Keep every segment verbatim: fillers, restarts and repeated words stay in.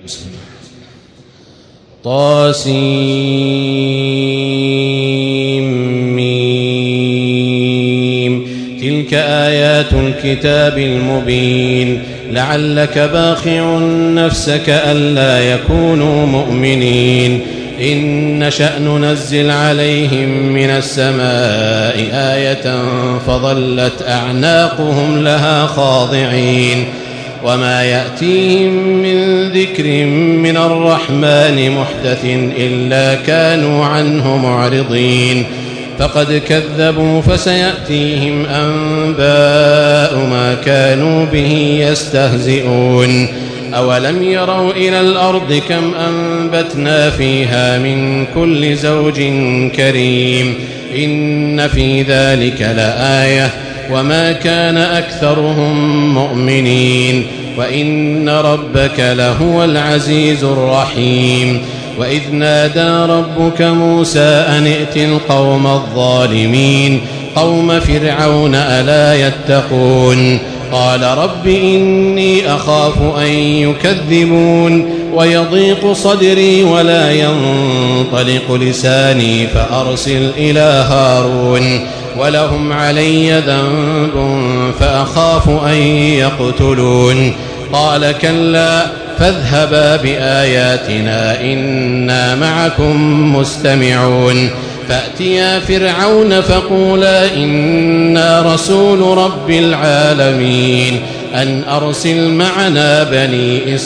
طاسيم تلك آيات الكتاب المبين لعلك باخع نفسك ألا يكونوا مؤمنين إن نشأ ننزل عليهم من السماء آية فظلت أعناقهم لها خاضعين وما يأتيهم من ذكر من الرحمن محدث إلا كانوا عنه معرضين فقد كذبوا فسيأتيهم أنباء ما كانوا به يستهزئون أولم يروا إلى الأرض كم أنبتنا فيها من كل زوج كريم إن في ذلك لآية وما كان أكثرهم مؤمنين وإن ربك لهو العزيز الرحيم وإذ نادى ربك موسى أن ائت القوم الظالمين قوم فرعون ألا يتقون قال رب إني أخاف أن يكذبون ويضيق صدري ولا ينطلق لساني فأرسل إلى هارون ولهم علي ذنب فأخاف أن يقتلون قال كلا فاذهبا بآياتنا إنا معكم مستمعون فأتيا فرعون فقولا إنا رسول رب العالمين أن أرسل معنا بني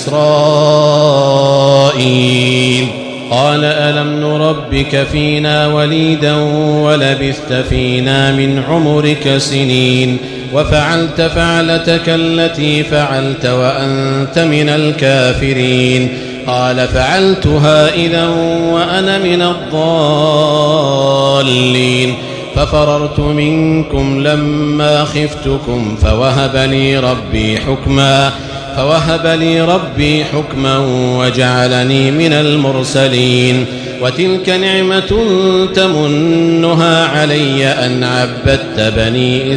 إسرائيل قال ألم نربك فينا وليدا ولبثت فينا من عمرك سنين وفعلت فعلتك التي فعلت وأنت من الكافرين قال فعلتها إذا وأنا من الضالين ففررت منكم لما خفتكم فوهب لي ربي حكما فوهب لي ربي حكما وجعلني من المرسلين وتلك نعمة تمنها علي أن عبدت بني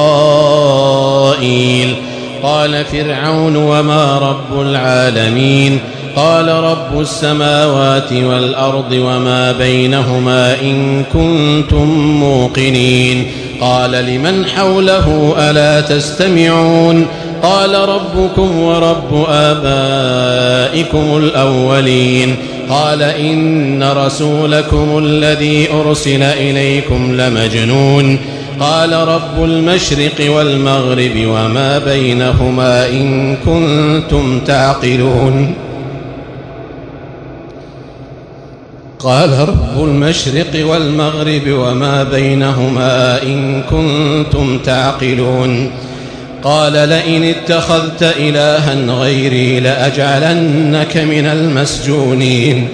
إسرائيل قال فرعون وما رب العالمين قال رب السماوات والأرض وما بينهما إن كنتم موقنين قال لمن حوله ألا تستمعون قال ربكم ورب آبائكم الأولين قال إن رسولكم الذي أرسل إليكم لمجنون قال رب المشرق والمغرب وما بينهما إن كنتم تعقلون قال رب المشرق والمغرب وما بينهما إن كنتم تعقلون قال لئن اتخذت إلها غيري لأجعلنك من المسجونين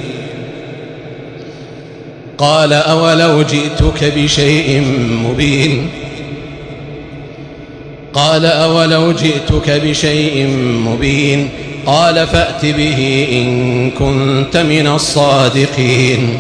قال أولو جئتك بشيء مبين قال أولو جئتك بشيء مبين قال فأت به إن كنت من الصادقين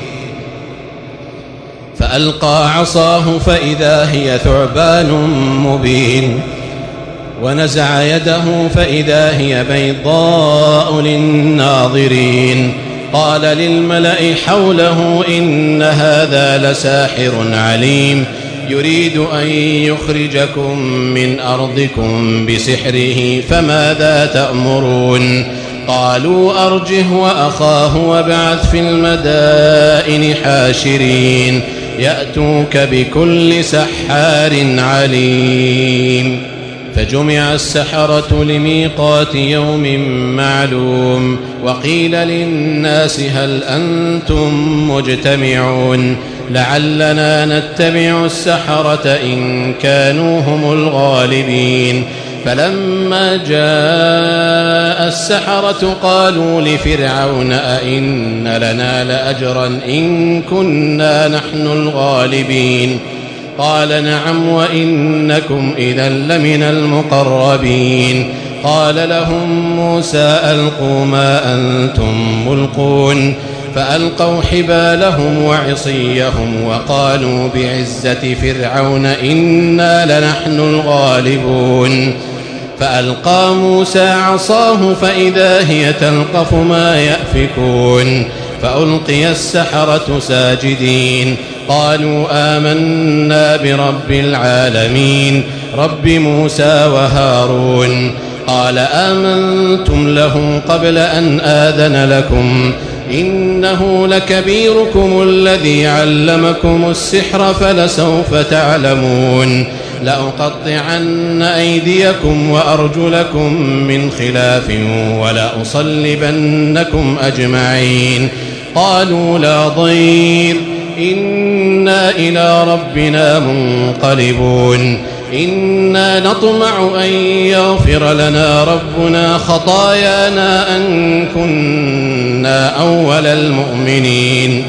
فألقى عصاه فإذا هي ثعبان مبين ونزع يده فإذا هي بيضاء للناظرين قال للملأ حوله إن هذا لساحر عليم يريد أن يخرجكم من أرضكم بسحره فماذا تأمرون قالوا أرجه وأخاه وابعث في المدائن حاشرين يأتوك بكل سحار عليم فجمع السحرة لميقات يوم معلوم وقيل للناس هل أنتم مجتمعون لعلنا نتبع السحرة إن كانوا هم الغالبين فلما جاء السحرة قالوا لفرعون أئن لنا لأجرا إن كنا نحن الغالبين قال نعم وإنكم إذا لمن المقربين قال لهم موسى ألقوا ما أنتم ملقون فألقوا حبالهم وعصيهم وقالوا بعزة فرعون إنا لنحن الغالبون فألقى موسى عصاه فإذا هي تلقف ما يأفكون فألقي السحرة ساجدين قالوا آمنا برب العالمين رب موسى وهارون قال آمنتم له قبل أن آذن لكم إنه لكبيركم الذي علمكم السحر فلسوف تعلمون لأقطعن أيديكم وأرجلكم من خلاف ولأصلبنكم أجمعين قالوا لا ضير إنا إلى ربنا منقلبون إنا نطمع أن يغفر لنا ربنا خطايانا أن كنا أول المؤمنين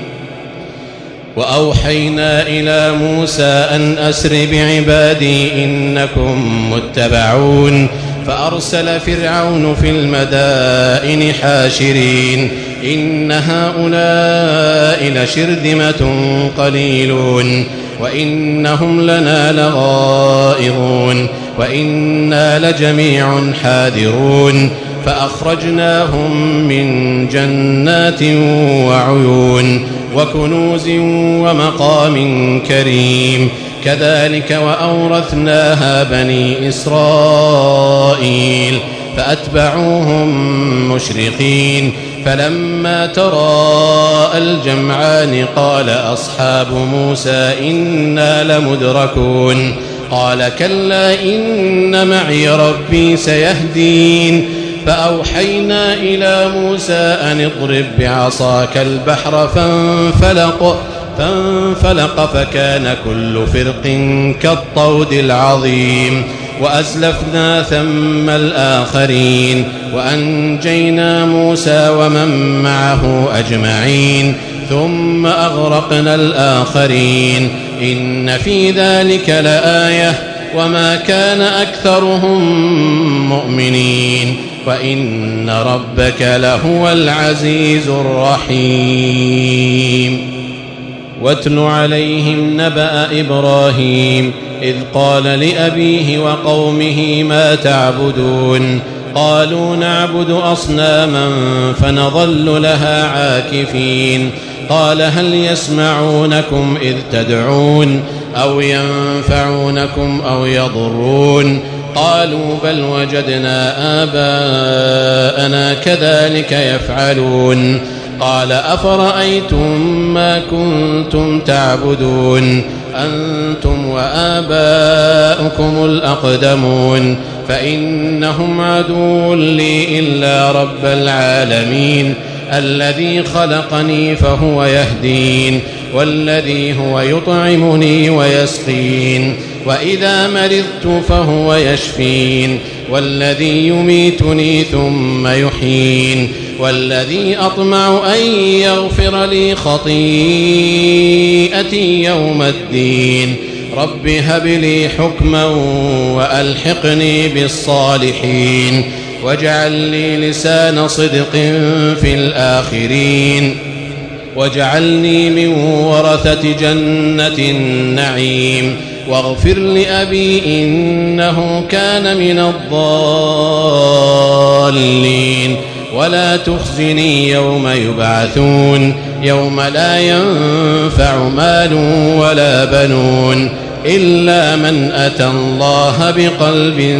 وأوحينا إلى موسى أن أسر بعبادي إنكم متبعون فأرسل فرعون في المدائن حاشرين إن هؤلاء لشرذمة قليلون وإنهم لنا لغائظون وإنا لجميع حاذرون فأخرجناهم من جنات وعيون وكنوز ومقام كريم كذلك وأورثناها بني إسرائيل فأتبعوهم مشرقين فلما تراءى الجمعان قال أصحاب موسى إنا لمدركون قال كلا إن معي ربي سيهدين فأوحينا إلى موسى أن اضرب بعصاك البحر فانفلق فانفلق فكان كل فرق كالطود العظيم وأزلفنا ثم الآخرين وأنجينا موسى ومن معه أجمعين ثم أغرقنا الآخرين إن في ذلك لآية وما كان أكثرهم مؤمنين وإن ربك لهو العزيز الرحيم واتل عليهم نبأ إبراهيم إذ قال لأبيه وقومه ما تعبدون قالوا نعبد أصناما فنظل لها عاكفين قال هل يسمعونكم إذ تدعون أو ينفعونكم أو يضرون قالوا بل وجدنا آباءنا كذلك يفعلون قال أفرأيتم ما كنتم تعبدون أنتم وآباؤكم الأقدمون فإنهم عدو لي إلا رب العالمين الذي خلقني فهو يهدين والذي هو يطعمني ويسقين وإذا مرضت فهو يشفين والذي يميتني ثم يحيين والذي أطمع أن يغفر لي خطيئتي يوم الدين رب هب لي حكما وألحقني بالصالحين واجعل لي لسان صدق في الآخرين واجعلني من ورثة جنة النعيم واغفر لأبي إنه كان من الضالين ولا تخزني يوم يبعثون يوم لا ينفع مال ولا بنون إلا من أتى الله بقلب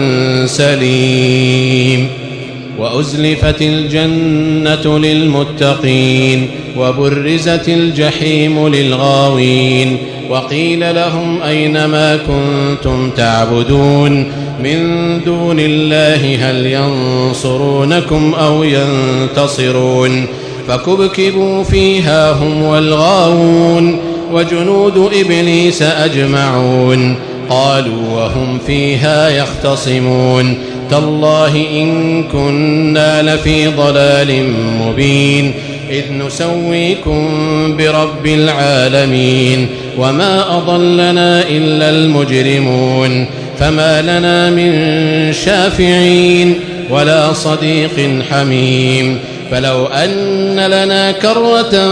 سليم وأزلفت الجنة للمتقين وبرزت الجحيم للغاوين وقيل لهم أين ما كنتم تعبدون من دون الله هل ينصرونكم أو ينتصرون فكبكبوا فيها هم والغاوون وجنود إبليس أجمعون قالوا وهم فيها يختصمون تالله إن كنا لفي ضلال مبين إذ نسويكم برب العالمين وما أضلنا إلا المجرمون فما لنا من شافعين ولا صديق حميم فلو أن لنا كرة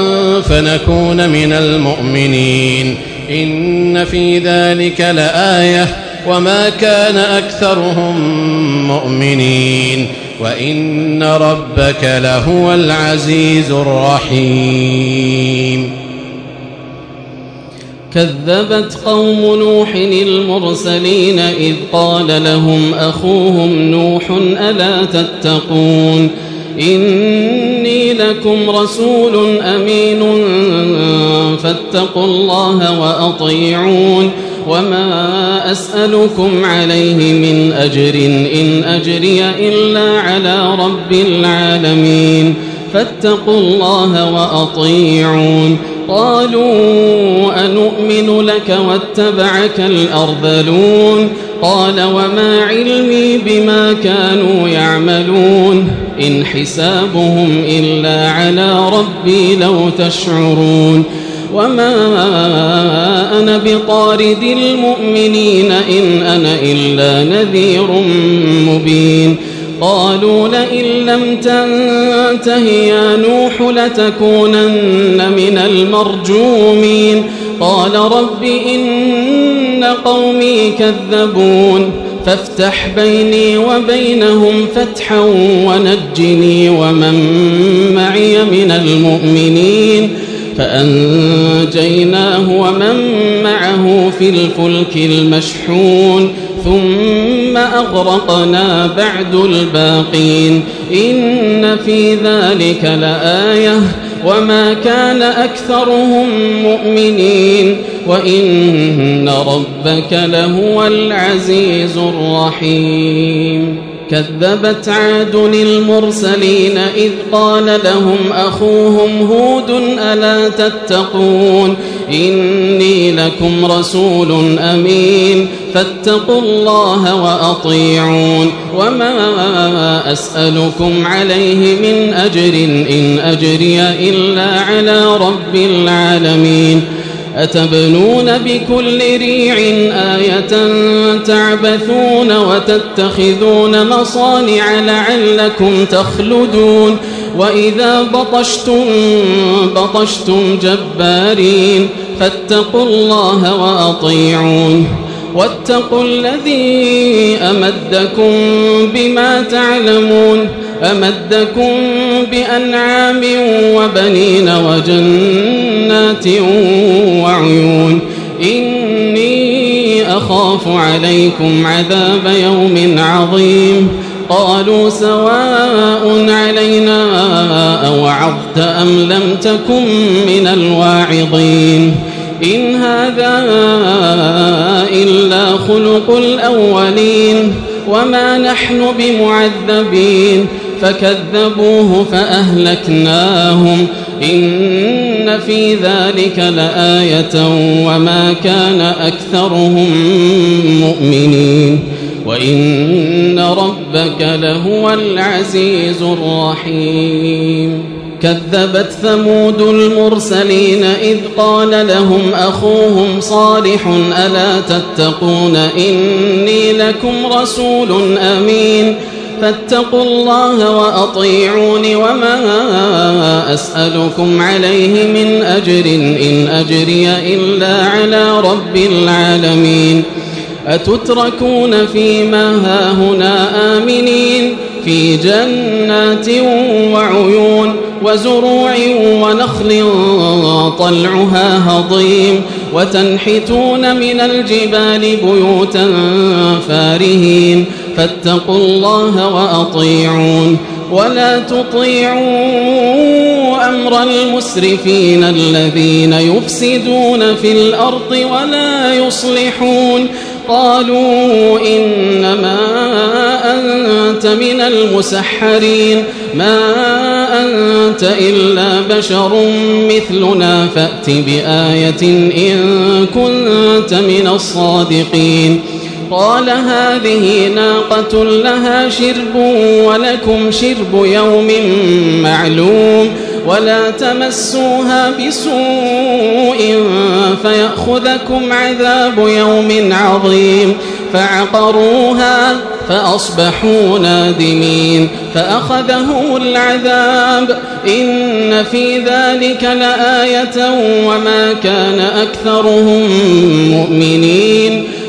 فنكون من المؤمنين إن في ذلك لآية وما كان أكثرهم مؤمنين وإن ربك لهو العزيز الرحيم. كذبت قوم نوح المرسلين إذ قال لهم أخوهم نوح ألا تتقون إني لكم رسول أمين فاتقوا الله وأطيعون وما أسألكم عليه من أجر إن أجري إلا على رب العالمين فاتقوا الله وأطيعون. قالوا أنؤمن لك واتبعك الأرذلون قال وما علمي بما كانوا يعملون إن حسابهم إلا على ربي لو تشعرون وما أنا بطارد المؤمنين إن أنا إلا نذير مبين. قالوا لئن لم تنته يا نوح لتكونن من المرجومين قال رب إن قومي كذبون فافتح بيني وبينهم فتحا ونجني ومن معي من المؤمنين فأنجيناه ومن معه في الفلك المشحون ثم أغرقنا بعد الباقين إن في ذلك لآية وما كان أكثرهم مؤمنين وإن ربك لهو العزيز الرحيم. كذبت عاد المرسلين إذ قال لهم أخوهم هود ألا تتقون إني لكم رسول أمين فاتقوا الله وأطيعون وما أسألكم عليه من أجر إن أجري إلا على رب العالمين. أتبنون بكل ريع آية تعبثون وتتخذون مصانع لعلكم تخلدون وإذا بطشتم بطشتم جبارين فاتقوا الله وأطيعون واتقوا الذي أمدكم بما تعلمون أمدكم بأنعام وبنين وجنات وعيون إني أخاف عليكم عذاب يوم عظيم. قالوا سواء علينا أوعظت أم لم تكن من الواعظين إن هذا إلا خلق الأولين وما نحن بمعذبين فكذبوه فأهلكناهم إن في ذلك لآية وما كان أكثرهم مؤمنين وإن ربك لهو العزيز الرحيم. كذبت ثمود المرسلين إذ قال لهم أخوهم صالح ألا تتقون إني لكم رسول أمين فاتقوا الله وأطيعون وما أسألكم عليه من أجر إن أجري إلا على رب العالمين. أتتركون فيما هاهنا آمنين في جنات وعيون وزروع ونخل طلعها هضيم وتنحتون من الجبال بيوتا فارهين فاتقوا الله وأطيعون ولا تطيعوا أمر المسرفين الذين يفسدون في الأرض ولا يصلحون. قالوا إنما أنت من المسحرين ما أنت إلا بشر مثلنا فأت بآية إن كنت من الصادقين. قال هذه ناقة لها شرب ولكم شرب يوم معلوم ولا تمسوها بسوء فيأخذكم عذاب يوم عظيم. فعقروها فأصبحوا نادمين فأخذهم العذاب إن في ذلك لآية وما كان أكثرهم مؤمنين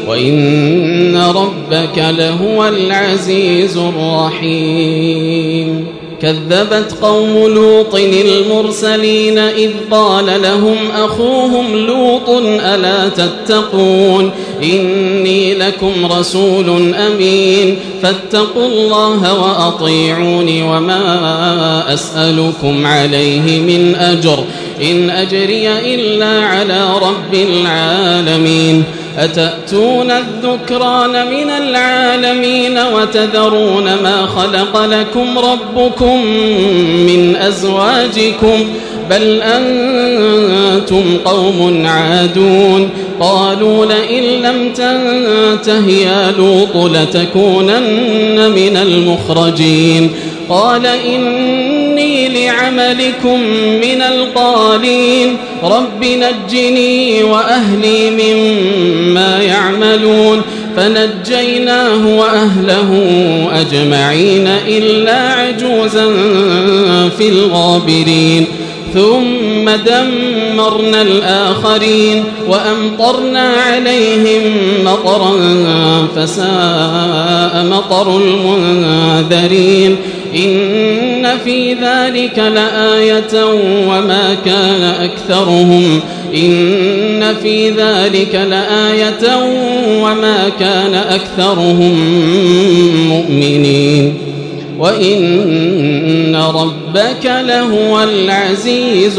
وإن ربك لهو العزيز الرحيم كذبت قوم لوط المرسلين إذ قال لهم أخوهم لوط ألا تتقون إني لكم رسول أمين فاتقوا الله وأطيعوني وما أسألكم عليه من أجر إن أجري إلا على رب العالمين أتأتون الذكران من العالمين وتذرون ما خلق لكم ربكم من أزواجكم بل أنتم قوم عادون قالوا لئن لم تنته يا لوط لتكونن من المخرجين قال إني لعملكم من القالين رب نجني وأهلي مما يعملون فنجيناه وأهله أجمعين إلا عجوزا في الغابرين ثم دمرنا الآخرين وأمطرنا عليهم مطرا فساء مطر المنذرين إن في ذلك لآية وما كان أكثرهم إن في ذلك لآية وما كان أكثرهم مؤمنين وإن ربك لهو العزيز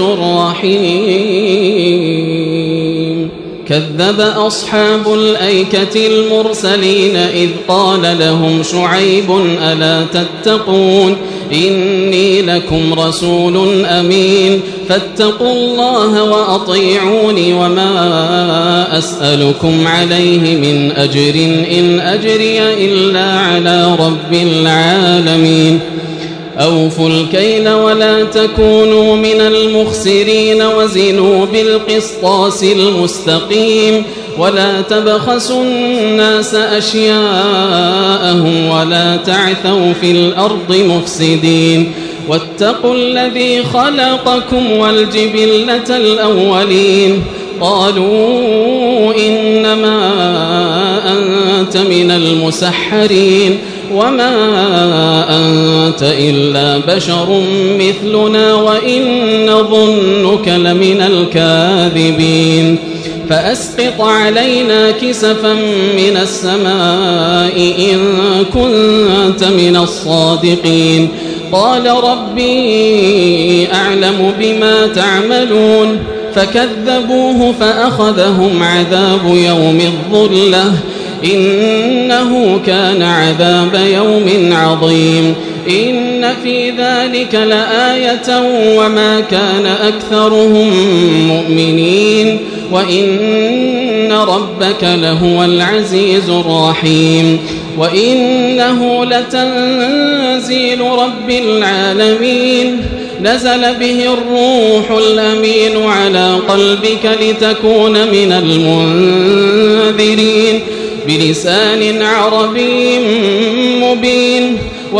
الرحيم كذب أصحاب الأيكة المرسلين إذ قال لهم شعيب ألا تتقون إني لكم رسول أمين فاتقوا الله وأطيعوني وما أسألكم عليه من أجر إن أجري إلا على رب العالمين أوفوا الكيل ولا تكونوا من المخسرين وزنوا بالقسطاس المستقيم ولا تبخسوا الناس أشياءهم ولا تعثوا في الأرض مفسدين واتقوا الذي خلقكم والجبلة الأولين قالوا إنما أنت من المسحرين وما أنت إلا بشر مثلنا وإن نظنك لمن الكاذبين فأسقط علينا كسفا من السماء إن كنت من الصادقين قال ربي أعلم بما تعملون فكذبوه فأخذهم عذاب يوم الظلة إنه كان عذاب يوم عظيم إن في ذلك لآية وما كان أكثرهم مؤمنين وإن ربك لهو العزيز الرحيم وإنه لتنزيل رب العالمين نزل به الروح الأمين على قلبك لتكون من المنذرين بلسان عربي مبين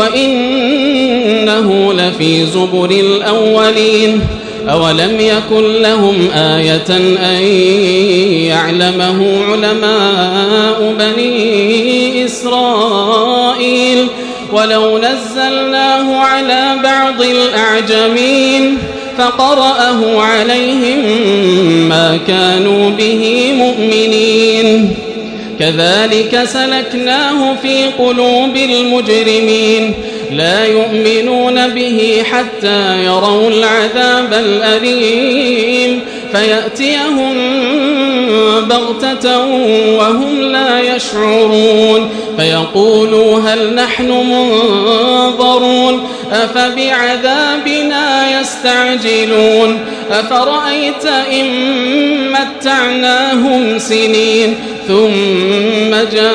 وإنه لفي زبر الأولين أولم يكن لهم آية أن يعلمه علماء بني إسرائيل ولو نزلناه على بعض الأعجمين فقرأه عليهم ما كانوا به مؤمنين كذلك سلكناه في قلوب المجرمين لا يؤمنون به حتى يروا العذاب الأليم فيأتيهم بغتة وهم لا يشعرون فيقولوا هل نحن منظرون أفبعذابنا يستعجلون أفرأيت إن متعناهم سنين ثم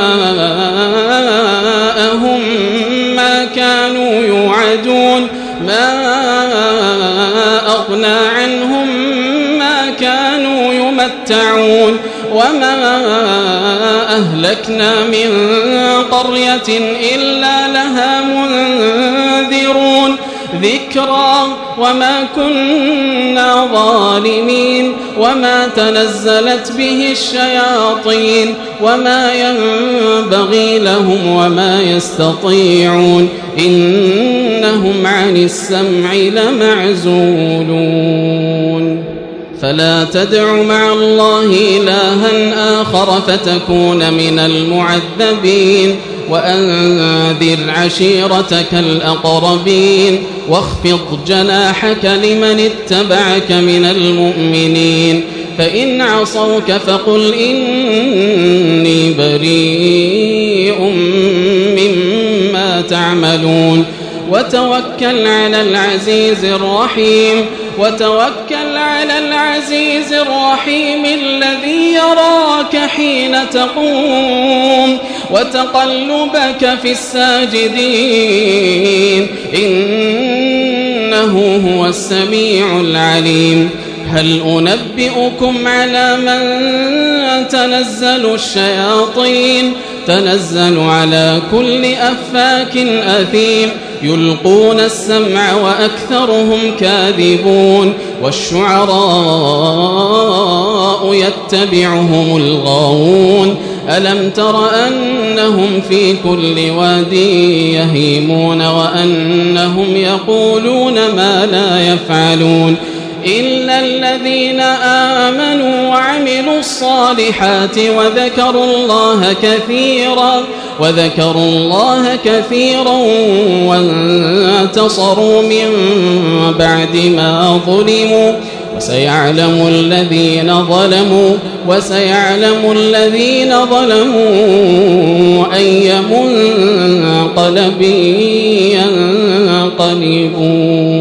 جاءهم ما كانوا يوعدون ما أغنى عنهم ما كانوا يمتعون وما أهلكنا من قرية إلا لها منذرون ذكرى وما كنا ظالمين وما تنزلت به الشياطين وما ينبغي لهم وما يستطيعون إنهم عن السمع لمعزولون فلا تدع مع الله إلها آخر فتكون من المعذبين وأنذر عشيرتك الأقربين واخفض جناحك لمن اتبعك من المؤمنين فإن عصوك فقل إني بريء مما تعملون وتوكل على العزيز الرحيم وتوكل على العزيز الرحيم الذي يراك حين تقوم وتقلبك في الساجدين إنه هو السميع العليم هل أنبئكم على من تنزل الشياطين تنزل على كل أفاك أثيم يلقون السمع وأكثرهم كاذبون والشعراء يتبعهم الغاوون ألم تر أنهم في كل واد يهيمون وأنهم يقولون ما لا يفعلون إلا الذين آمنوا وعملوا الصالحات وذكروا الله كثيرا وذكروا الله كثيرا وانتصروا من بعد ما ظلموا وسيعلم الذين ظلموا وسيعلم الذين ظلموا أي منقلب ينقلبون.